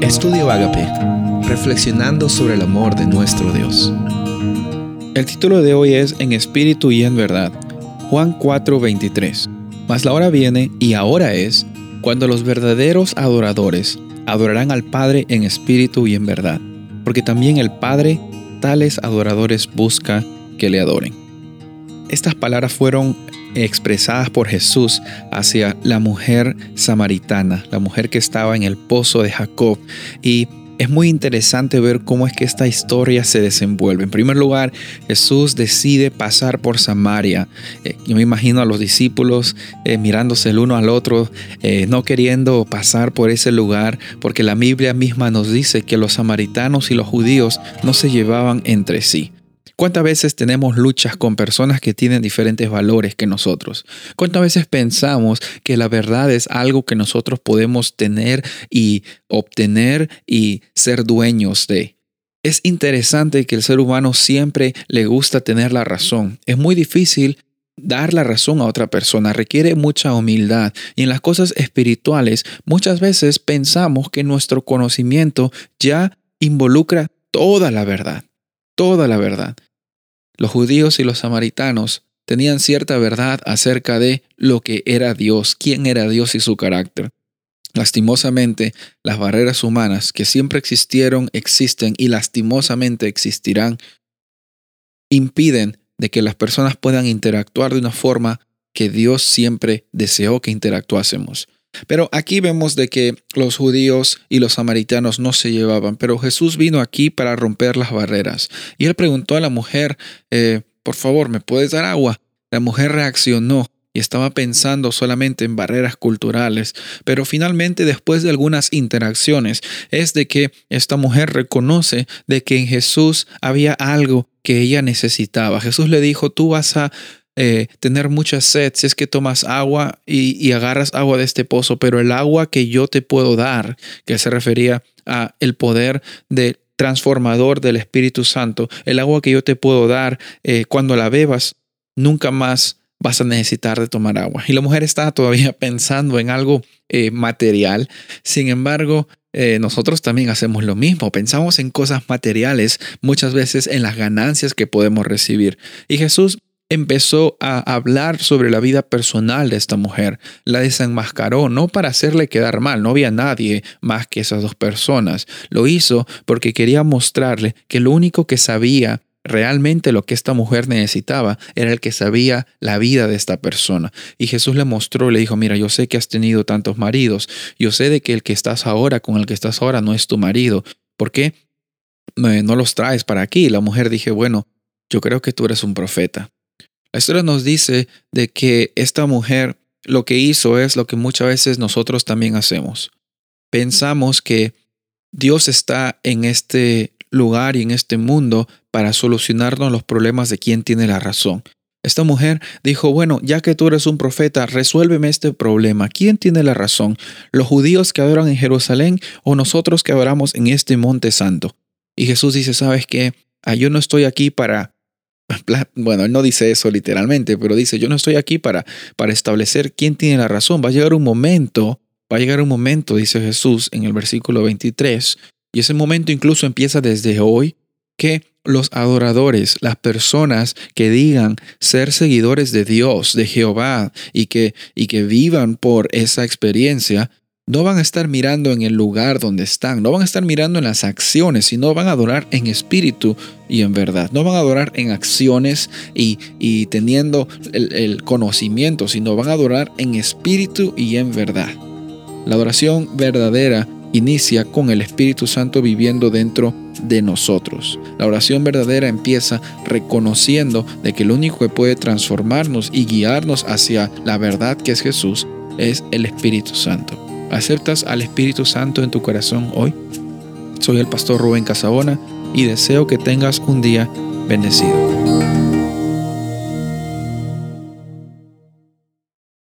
Estudio Ágape, reflexionando sobre el amor de nuestro Dios. El título de hoy es En espíritu y en verdad, Juan 4:23. Mas la hora viene, y ahora es, cuando los verdaderos adoradores adorarán al Padre en espíritu y en verdad, porque también el Padre tales adoradores busca que le adoren. Estas palabras fueron expresadas por Jesús hacia la mujer samaritana, la mujer que estaba en el pozo de Jacob. Y es muy interesante ver cómo es que esta historia se desenvuelve. En primer lugar, Jesús decide pasar por Samaria. Yo me imagino a los discípulos mirándose el uno al otro, no queriendo pasar por ese lugar, porque la Biblia misma nos dice que los samaritanos y los judíos no se llevaban entre sí. ¿Cuántas veces tenemos luchas con personas que tienen diferentes valores que nosotros? ¿Cuántas veces pensamos que la verdad es algo que nosotros podemos tener y obtener y ser dueños de? Es interesante que el ser humano siempre le gusta tener la razón. Es muy difícil dar la razón a otra persona, requiere mucha humildad. Y en las cosas espirituales, muchas veces pensamos que nuestro conocimiento ya involucra toda la verdad. Toda la verdad. Los judíos y los samaritanos tenían cierta verdad acerca de lo que era Dios, quién era Dios y su carácter. Lastimosamente, las barreras humanas que siempre existieron, existen y lastimosamente existirán, impiden de que las personas puedan interactuar de una forma que Dios siempre deseó que interactuásemos. Pero aquí vemos de que los judíos y los samaritanos no se llevaban, pero Jesús vino aquí para romper las barreras. Y él preguntó a la mujer, por favor, ¿me puedes dar agua? La mujer reaccionó y estaba pensando solamente en barreras culturales, pero finalmente después de algunas interacciones es de que esta mujer reconoce de que en Jesús había algo que ella necesitaba. Jesús le dijo, tú vas a tener mucha sed si es que tomas agua y agarras agua de este pozo, pero el agua que yo te puedo dar, que se refería a el poder de transformador del Espíritu Santo, el agua que yo te puedo dar, cuando la bebas, nunca más vas a necesitar de tomar agua. Y la mujer está todavía pensando en algo material. Sin embargo, nosotros también hacemos lo mismo. Pensamos en cosas materiales, muchas veces en las ganancias que podemos recibir. Y Jesús empezó a hablar sobre la vida personal de esta mujer. La desenmascaró, no para hacerle quedar mal, no había nadie más que esas dos personas. Lo hizo porque quería mostrarle que lo único que sabía realmente lo que esta mujer necesitaba era el que sabía la vida de esta persona. Y Jesús le mostró, le dijo, mira, yo sé que has tenido tantos maridos, yo sé de que el que estás ahora, con el que estás ahora no es tu marido. ¿Por qué no los traes para aquí? La mujer dije, bueno, yo creo que tú eres un profeta. La historia nos dice de que esta mujer lo que hizo es lo que muchas veces nosotros también hacemos. Pensamos que Dios está en este lugar y en este mundo para solucionarnos los problemas de quién tiene la razón. Esta mujer dijo, bueno, ya que tú eres un profeta, resuélveme este problema. ¿Quién tiene la razón? ¿Los judíos que adoran en Jerusalén o nosotros que adoramos en este monte santo? Y Jesús dice, ¿sabes qué? Yo no estoy aquí para... Bueno, él no dice eso literalmente, pero dice, yo no estoy aquí para establecer quién tiene la razón. Va a llegar un momento, dice Jesús en el versículo 23, y ese momento incluso empieza desde hoy, que los adoradores, las personas que digan ser seguidores de Dios, de Jehová, y que vivan por esa experiencia, no van a estar mirando en el lugar donde están, no van a estar mirando en las acciones, sino van a adorar en espíritu y en verdad. No van a adorar en acciones y teniendo el conocimiento, sino van a adorar en espíritu y en verdad. La adoración verdadera inicia con el Espíritu Santo viviendo dentro de nosotros. La oración verdadera empieza reconociendo de que el único que puede transformarnos y guiarnos hacia la verdad que es Jesús es el Espíritu Santo. ¿Aceptas al Espíritu Santo en tu corazón hoy? Soy el pastor Rubén Casabona y deseo que tengas un día bendecido.